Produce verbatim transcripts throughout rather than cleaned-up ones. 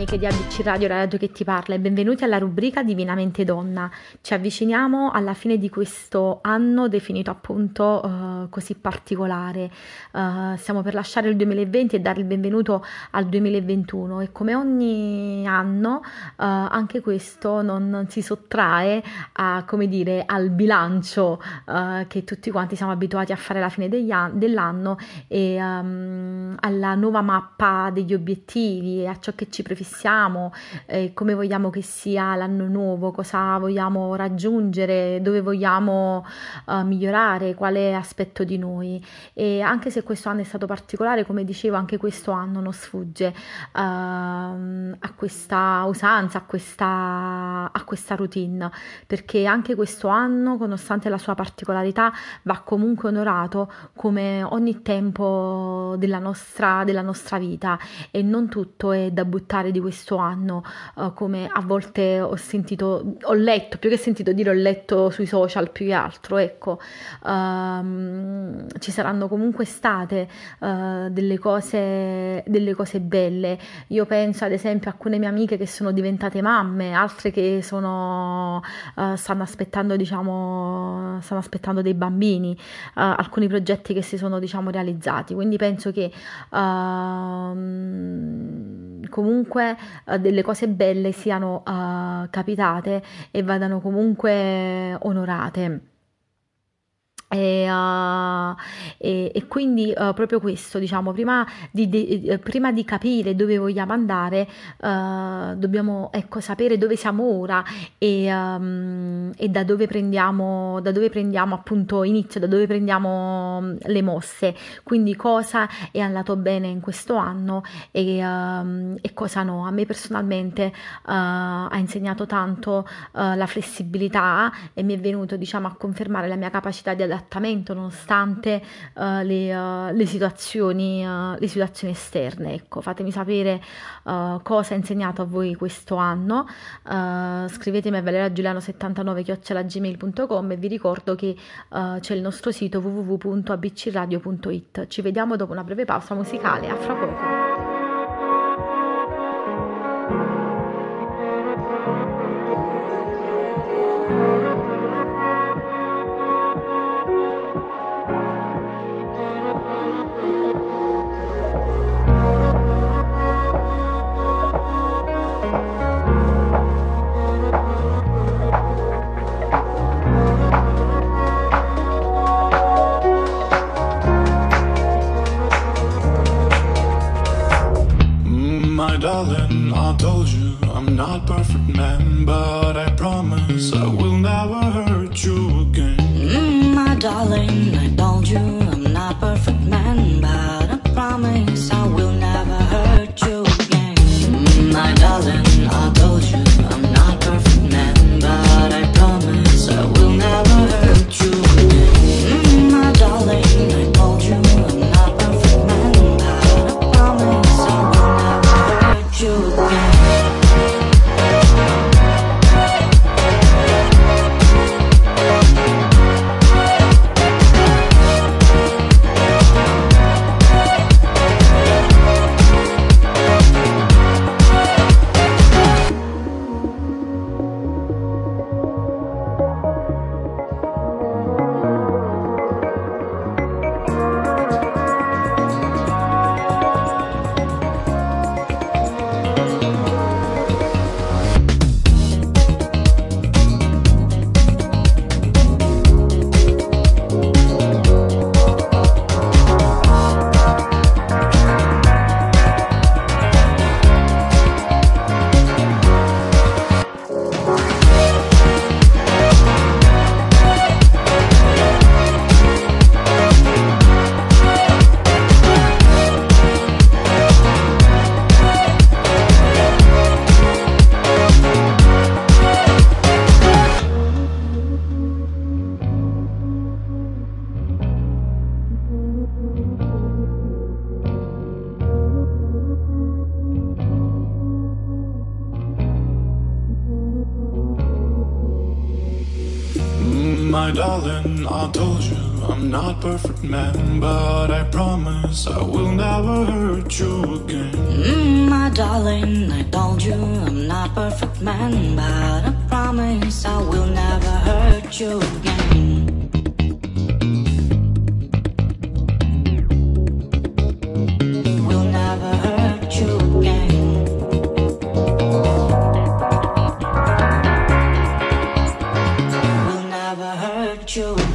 amiche di A B C Radio, la radio che ti parla, e benvenuti alla rubrica Divinamente Donna. Ci avviciniamo alla fine di questo anno definito appunto uh, così particolare. Uh, stiamo per lasciare il duemilaventi e dare il benvenuto al duemilaventuno, e come ogni anno uh, anche questo non, non si sottrae a, come dire, al bilancio uh, che tutti quanti siamo abituati a fare alla fine degli an- dell'anno e um, alla nuova mappa degli obiettivi, a ciò che ci prefissiamo, eh, come vogliamo che sia l'anno nuovo, cosa vogliamo raggiungere, dove vogliamo uh, migliorare, quale aspetto di noi. E anche se questo anno è stato particolare, come dicevo, anche questo anno non sfugge uh, a questa usanza, a questa, a questa routine, perché anche questo anno, nonostante la sua particolarità, va comunque onorato come ogni tempo della nostra, della nostra vita, e non tutto è da buttare di questo anno, uh, come a volte ho sentito, ho letto, più che sentito dire, ho letto sui social più che altro, ecco. Um, ci saranno comunque state uh, delle cose, delle cose belle. Io penso ad esempio a alcune mie amiche che sono diventate mamme, altre che sono, uh, stanno aspettando, diciamo, stanno aspettando dei bambini, uh, alcuni progetti che si sono, diciamo, realizzati, quindi penso che uh, comunque uh, delle cose belle siano uh, capitate e vadano comunque onorate. E, uh, e, e quindi uh, proprio questo, diciamo, prima di, di, prima di capire dove vogliamo andare, uh, dobbiamo, ecco, sapere dove siamo ora e, um, e da dove prendiamo, da dove prendiamo appunto inizio, da dove prendiamo le mosse, quindi cosa è andato bene in questo anno e, um, e cosa no. A me personalmente uh, ha insegnato tanto uh, la flessibilità, e mi è venuto, diciamo, a confermare la mia capacità di adattamento nonostante uh, le, uh, le situazioni uh, le situazioni esterne. Ecco, fatemi sapere uh, cosa ha insegnato a voi questo anno. Uh, scrivetemi a valeragiuliano settantanove chiocciola gmail punto com, e vi ricordo che uh, c'è il nostro sito w w w punto a b c radio punto i t. Ci vediamo dopo una breve pausa musicale. A fra poco. Darling, I told you I'm not perfect man, but I promise I will never hurt you again. Mm, my darling, I told you I'm not perfect man, but I promise I will never hurt you again. Mm, my darling, I told you I'm not perfect man, but I promise I will never hurt you again. Mm, my darling, I told you I'm not perfect man, but I promise I will never hurt you again. My darling, I told you I'm not perfect man, but I promise I will never hurt you again. Mm, my darling, I told you I'm not perfect man, but I promise I will never hurt you again. Will never hurt you again. Will never hurt you again.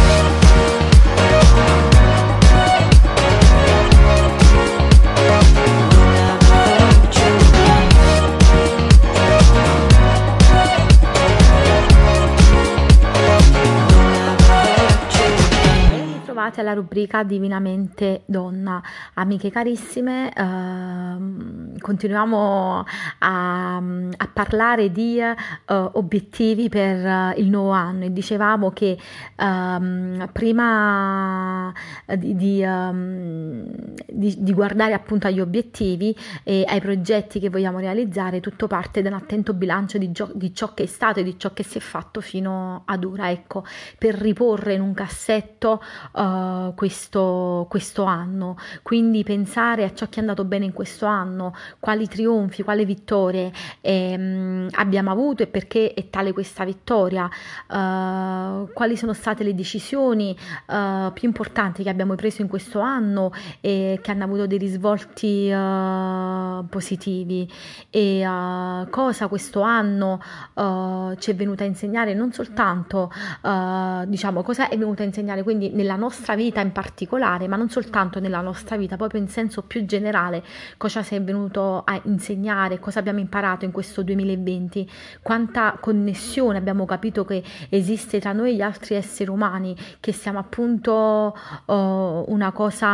Alla rubrica Divinamente Donna. Amiche carissime, ehm, continuiamo a, a parlare di eh, obiettivi per eh, il nuovo anno e dicevamo che ehm, prima di, di, ehm, di, di guardare appunto agli obiettivi e ai progetti che vogliamo realizzare, tutto parte da un attento bilancio di, gio- di ciò che è stato e di ciò che si è fatto fino ad ora, ecco, per riporre in un cassetto eh, Questo, questo anno, quindi pensare a ciò che è andato bene in questo anno, quali trionfi, quali vittorie ehm, abbiamo avuto e perché è tale questa vittoria, uh, quali sono state le decisioni uh, più importanti che abbiamo preso in questo anno e che hanno avuto dei risvolti uh, positivi e uh, cosa questo anno uh, ci è venuta a insegnare, non soltanto uh, diciamo cosa è venuta a insegnare quindi nella nostra vita in particolare, ma non soltanto nella nostra vita, proprio in senso più generale, cosa si è venuto a insegnare, cosa abbiamo imparato in questo duemilaventi, quanta connessione abbiamo capito che esiste tra noi e gli altri esseri umani, che siamo appunto uh, una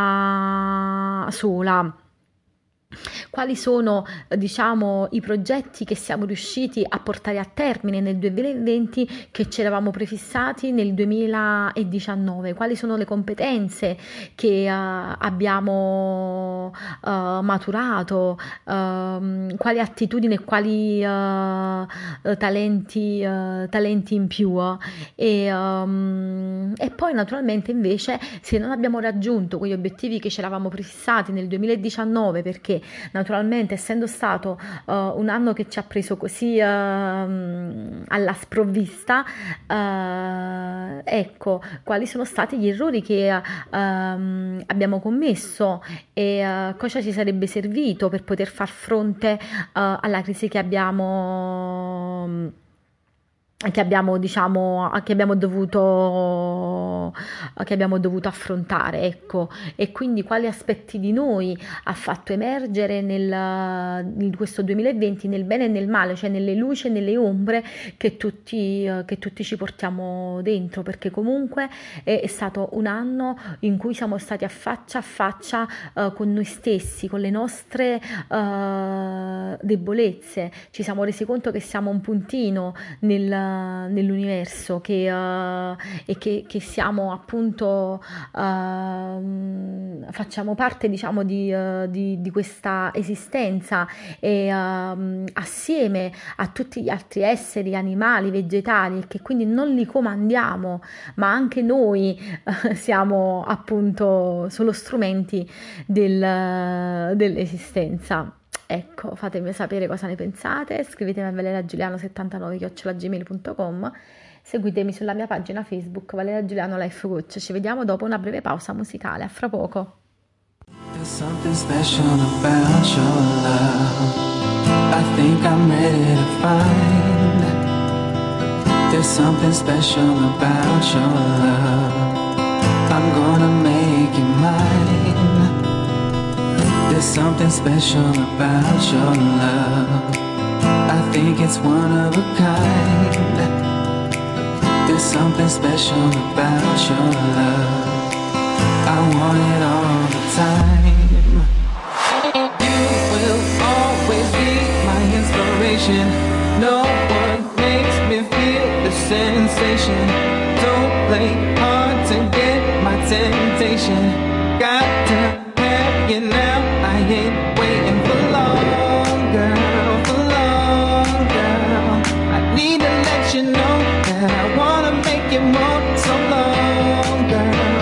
cosa sola. Quali sono, diciamo, i progetti che siamo riusciti a portare a termine nel duemilaventi che ci eravamo prefissati nel duemiladiciannove? Quali sono le competenze che uh, abbiamo uh, maturato? Uh, quali attitudini e quali uh, talenti, uh, talenti in più? E, um, e poi naturalmente invece se non abbiamo raggiunto quegli obiettivi che ci eravamo prefissati nel duemiladiciannove, perché naturalmente essendo stato uh, un anno che ci ha preso così uh, alla sprovvista, uh, ecco quali sono stati gli errori che uh, um, abbiamo commesso e uh, cosa ci sarebbe servito per poter far fronte uh, alla crisi che abbiamo che abbiamo diciamo che abbiamo dovuto che abbiamo dovuto affrontare, ecco, e quindi quali aspetti di noi ha fatto emergere nel, in questo duemilaventi, nel bene e nel male, cioè nelle luci e nelle ombre che tutti che tutti ci portiamo dentro, perché comunque è, è stato un anno in cui siamo stati a faccia a faccia uh, con noi stessi, con le nostre uh, debolezze, ci siamo resi conto che siamo un puntino nel nell'universo che, uh, e che, che siamo appunto uh, facciamo parte diciamo di, uh, di, di questa esistenza e uh, assieme a tutti gli altri esseri animali, vegetali, che quindi non li comandiamo, ma anche noi uh, siamo appunto solo strumenti del, dell'esistenza. Ecco, fatemi sapere cosa ne pensate, scrivetemi a valeriagiuliano settantanove chiocciola gmail punto com, seguitemi sulla mia pagina Facebook Valeria Giuliano Life Coach. Ci vediamo dopo una breve pausa musicale, a fra poco. There's something special about your love. I think I'm ready to find. There's something special about your love. I'm gonna make you mine. There's something special about your love. I think it's one of a kind. There's something special about your love. I want it all the time. You will always be my inspiration. No one makes me feel the sensation. Don't play hard to get my temptation. Got to have you now. I ain't waiting for long, girl, for long, girl. I need to let you know that I wanna make you more so long, girl.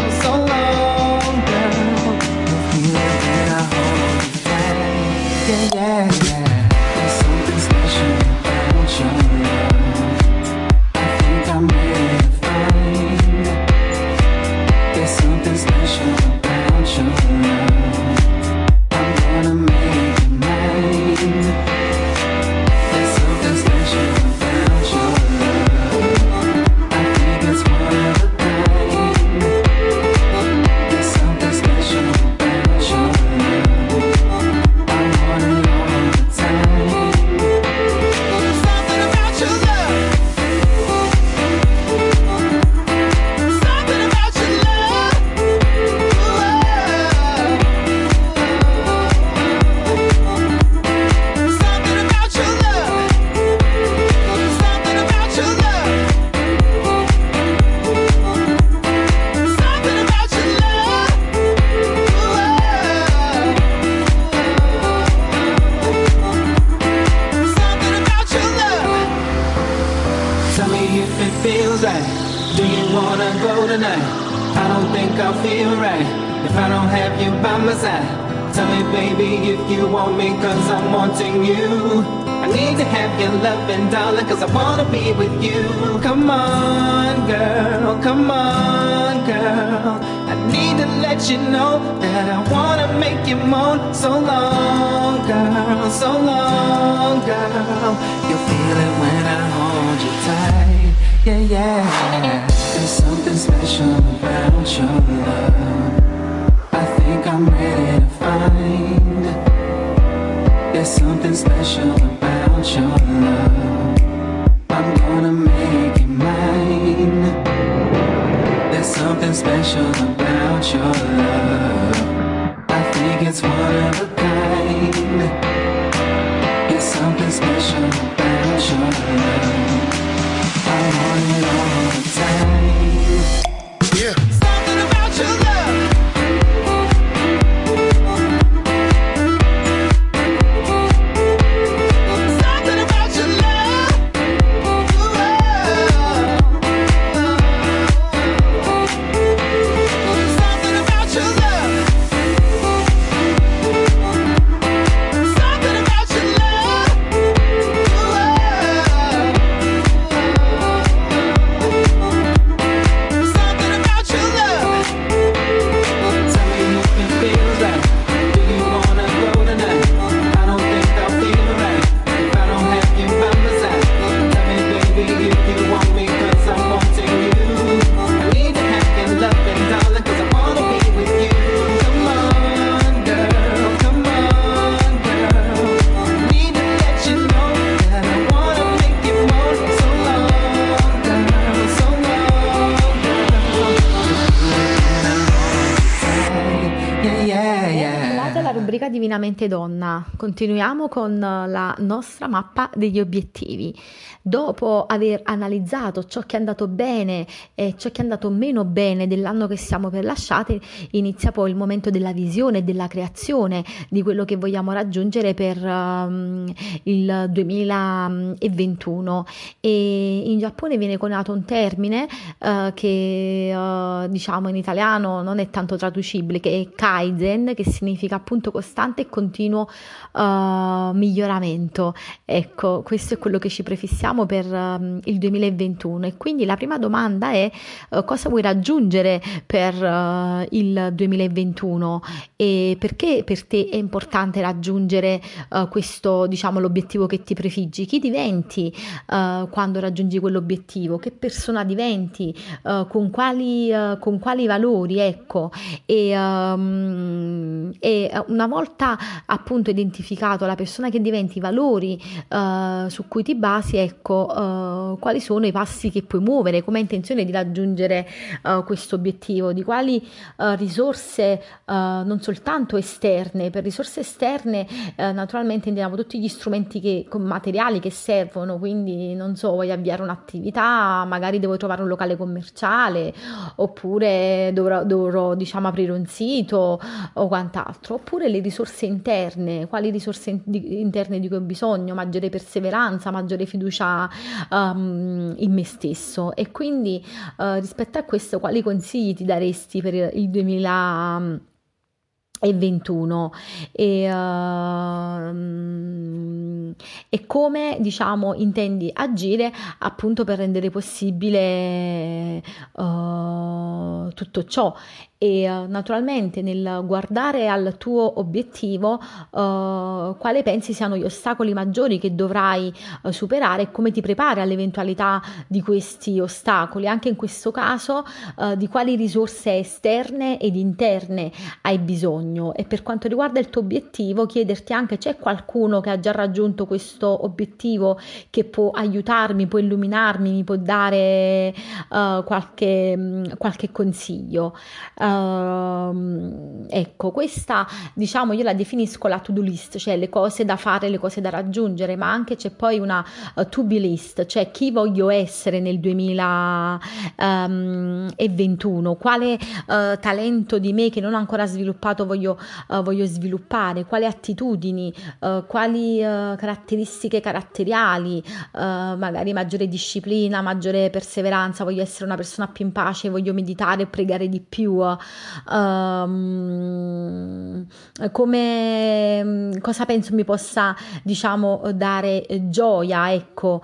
special about your love. I'm gonna make it mine. There's something special about your love. I think it's one of a kind. There's something special about your love. I want it all the time. Something about your love. Something about your love. Something about your love. Something about your love. Something about your love. Something about your love. Tell me if it feels right. Do you wanna go tonight? I don't think I'll feel right if I don't have you by my side. Tell me baby if you want me, cause I'm wanting you. I need to have your loving darling, cause I wanna be with you. Come on girl, come on girl. I need to let you know that I wanna make you moan. So long girl, so long girl. You'll feel it when I hold you tight. Yeah, yeah. There's something special about your love. I think I'm ready to find. There's something special about your love. I'm gonna make it mine. There's something special about your love. I think it's one of a kind. There's something special about your love. I want it all the time. Yeah. Something about your love. Something about your love. Something about your love. Something about your love. Something about your love. Tell me if it feels right. Do you wanna go tonight? I don't think I'll feel right if I don't have you by my side. Tell me baby if you want me, cause I'm wanting you. I need to have your loving darling, cause I wanna be with you. Come on girl, come on girl. Need to let you know that I wanna make you more. So long girl, so long girl. Yeah, yeah, yeah. Bentrovati alla rubrica Divinamente Donna. Continuiamo con la nostra mappa degli obiettivi. Dopo aver analizzato ciò che è andato bene e ciò che è andato meno bene dell'anno che stiamo per lasciare, inizia poi il momento della visione e della creazione di quello che vogliamo raggiungere per um, il duemilaventuno. E in Giappone viene coniato un termine uh, che uh, diciamo in italiano non è tanto traducibile, che è Kaizen, che significa appunto costante e continuo uh, miglioramento. Ecco, questo è quello che ci prefissiamo per um, il duemilaventuno. E quindi la prima domanda è uh, cosa vuoi raggiungere per uh, il duemilaventuno e perché per te è importante raggiungere uh, questo, diciamo, l'obiettivo che ti prefiggi. Chi diventi uh, quando raggiungi quell'obiettivo, che persona diventi, uh, con quali uh, con quali valori, ecco. E, um, e una volta appunto identificato la persona che diventi, i valori uh, su cui ti basi, ecco, uh, quali sono i passi che puoi muovere, come hai intenzione di raggiungere uh, questo obiettivo, di quali uh, risorse uh, non soltanto esterne. Per risorse esterne uh, naturalmente intendiamo tutti gli strumenti che, materiali che servono, quindi non so, voglio avviare un'attività, magari devo trovare un locale commerciale, oppure dovrò, dovrò diciamo aprire un sito o quant'altro. Oppure le risorse interne, quali risorse in- di- interne di cui ho bisogno, maggiore perseveranza, maggiore fiducia um, in me stesso. E quindi uh, rispetto a questo, quali consigli ti daresti per il duemilaventuno? E, uh, e come, diciamo, intendi agire appunto per rendere possibile uh, tutto ciò. e eh, naturalmente nel guardare al tuo obiettivo eh, quale pensi siano gli ostacoli maggiori che dovrai eh, superare e come ti prepari all'eventualità di questi ostacoli. Anche in questo caso eh, di quali risorse esterne ed interne hai bisogno, e per quanto riguarda il tuo obiettivo chiederti anche: c'è qualcuno che ha già raggiunto questo obiettivo che può aiutarmi, può illuminarmi, mi può dare uh, qualche, qualche consiglio. Uh, ecco, questa diciamo io la definisco la to-do list, cioè le cose da fare, le cose da raggiungere, ma anche c'è poi una uh, to-be list, cioè chi voglio essere nel duemilaventuno, quale uh, talento di me che non ho ancora sviluppato voglio, uh, voglio sviluppare, quali attitudini, uh, quali uh, caratteristiche caratteriali, uh, magari maggiore disciplina, maggiore perseveranza, voglio essere una persona più in pace, voglio meditare e pregare di più, uh, um, come cosa penso mi possa diciamo dare gioia, ecco,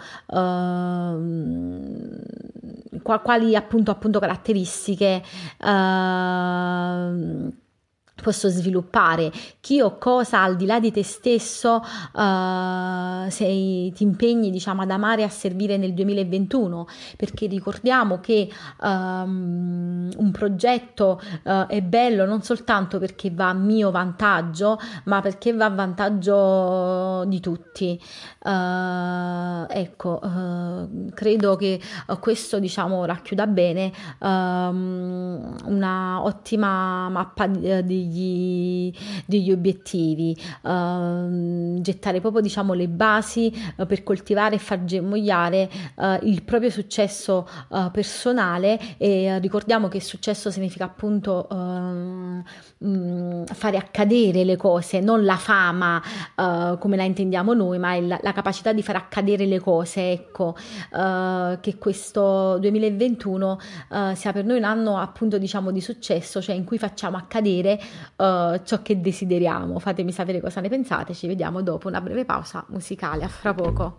uh, quali appunto appunto caratteristiche uh, posso sviluppare, chi o cosa al di là di te stesso uh, sei, ti impegni diciamo ad amare e a servire nel duemilaventuno, perché ricordiamo che um, un progetto uh, è bello non soltanto perché va a mio vantaggio, ma perché va a vantaggio di tutti. Uh, ecco, uh, credo che uh, questo diciamo racchiuda bene um, una ottima mappa di, di Degli, degli obiettivi, uh, gettare proprio diciamo le basi uh, per coltivare e far germogliare uh, il proprio successo uh, personale, e uh, ricordiamo che successo significa appunto uh, um, fare accadere le cose, non la fama uh, come la intendiamo noi, ma il, la capacità di fare accadere le cose, ecco, uh, che questo duemilaventuno uh, sia per noi un anno appunto diciamo di successo, cioè in cui facciamo accadere Uh, ciò che desideriamo. Fatemi sapere cosa ne pensate, ci vediamo dopo una breve pausa musicale, a fra poco.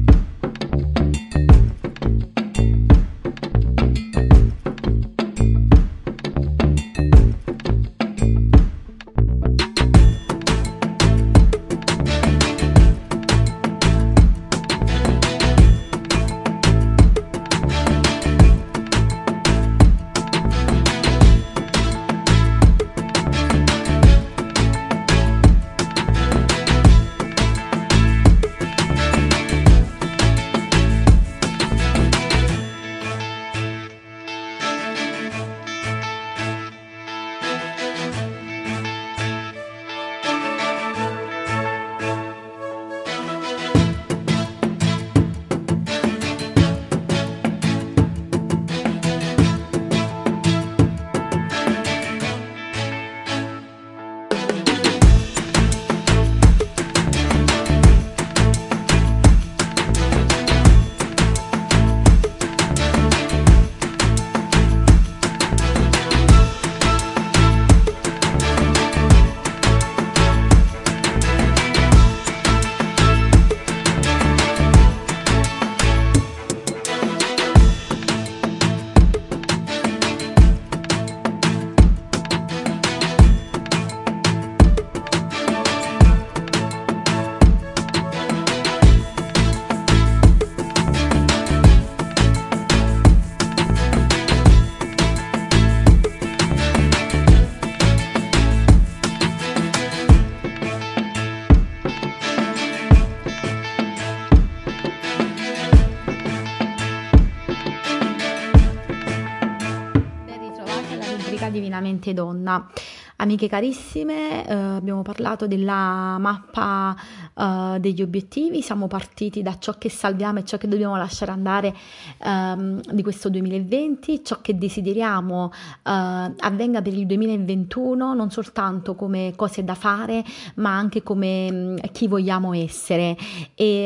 Divinamente Donna. Amiche carissime, eh, abbiamo parlato della mappa eh, degli obiettivi, siamo partiti da ciò che salviamo e ciò che dobbiamo lasciare andare ehm, di questo duemilaventi, ciò che desideriamo eh, avvenga per il duemilaventuno, non soltanto come cose da fare, ma anche come mh, chi vogliamo essere. E,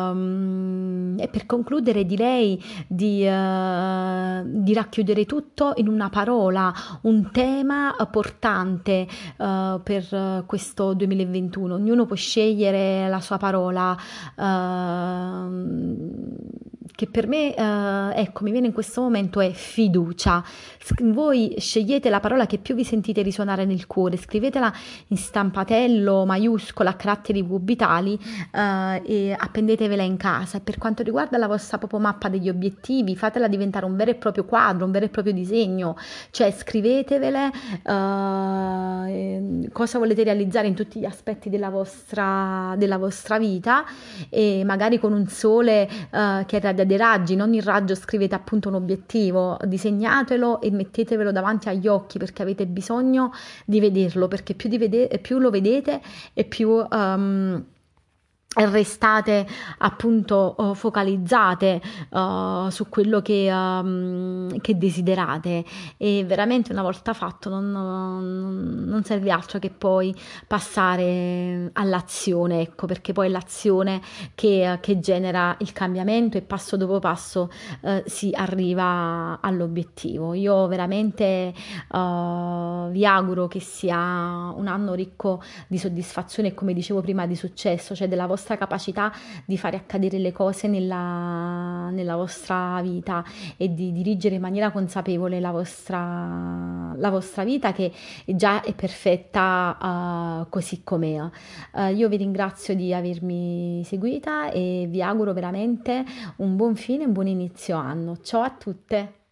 ehm, e per concludere direi di, eh, di racchiudere tutto in una parola, un tema portante Uh, per uh, questo duemilaventuno. Ognuno può scegliere la sua parola uh, che per me, eh, ecco, mi viene in questo momento è fiducia. Voi scegliete la parola che più vi sentite risuonare nel cuore, scrivetela in stampatello maiuscola a caratteri cubitali, eh, e appendetevela in casa. E per quanto riguarda la vostra proprio mappa degli obiettivi, fatela diventare un vero e proprio quadro, un vero e proprio disegno, cioè scrivetevele, eh, cosa volete realizzare in tutti gli aspetti della vostra, della vostra vita, e magari con un sole eh, che irradia dei raggi, in ogni raggio scrivete appunto un obiettivo, disegnatelo e mettetevelo davanti agli occhi, perché avete bisogno di vederlo, perché più, di vede- più lo vedete e più um, restate appunto uh, focalizzate uh, su quello che, um, che desiderate, e veramente una volta fatto non, non, non serve altro che poi passare all'azione, ecco, perché poi è l'azione che, che genera il cambiamento, e passo dopo passo uh, si arriva all'obiettivo. Io veramente uh, vi auguro che sia un anno ricco di soddisfazione e, come dicevo prima, di successo, cioè della vostra capacità di fare accadere le cose nella, nella vostra vita, e di dirigere in maniera consapevole la vostra, la vostra vita, che già è perfetta uh, così com'è. Uh, io vi ringrazio di avermi seguita e vi auguro veramente un buon fine, un buon inizio anno. Ciao a tutte!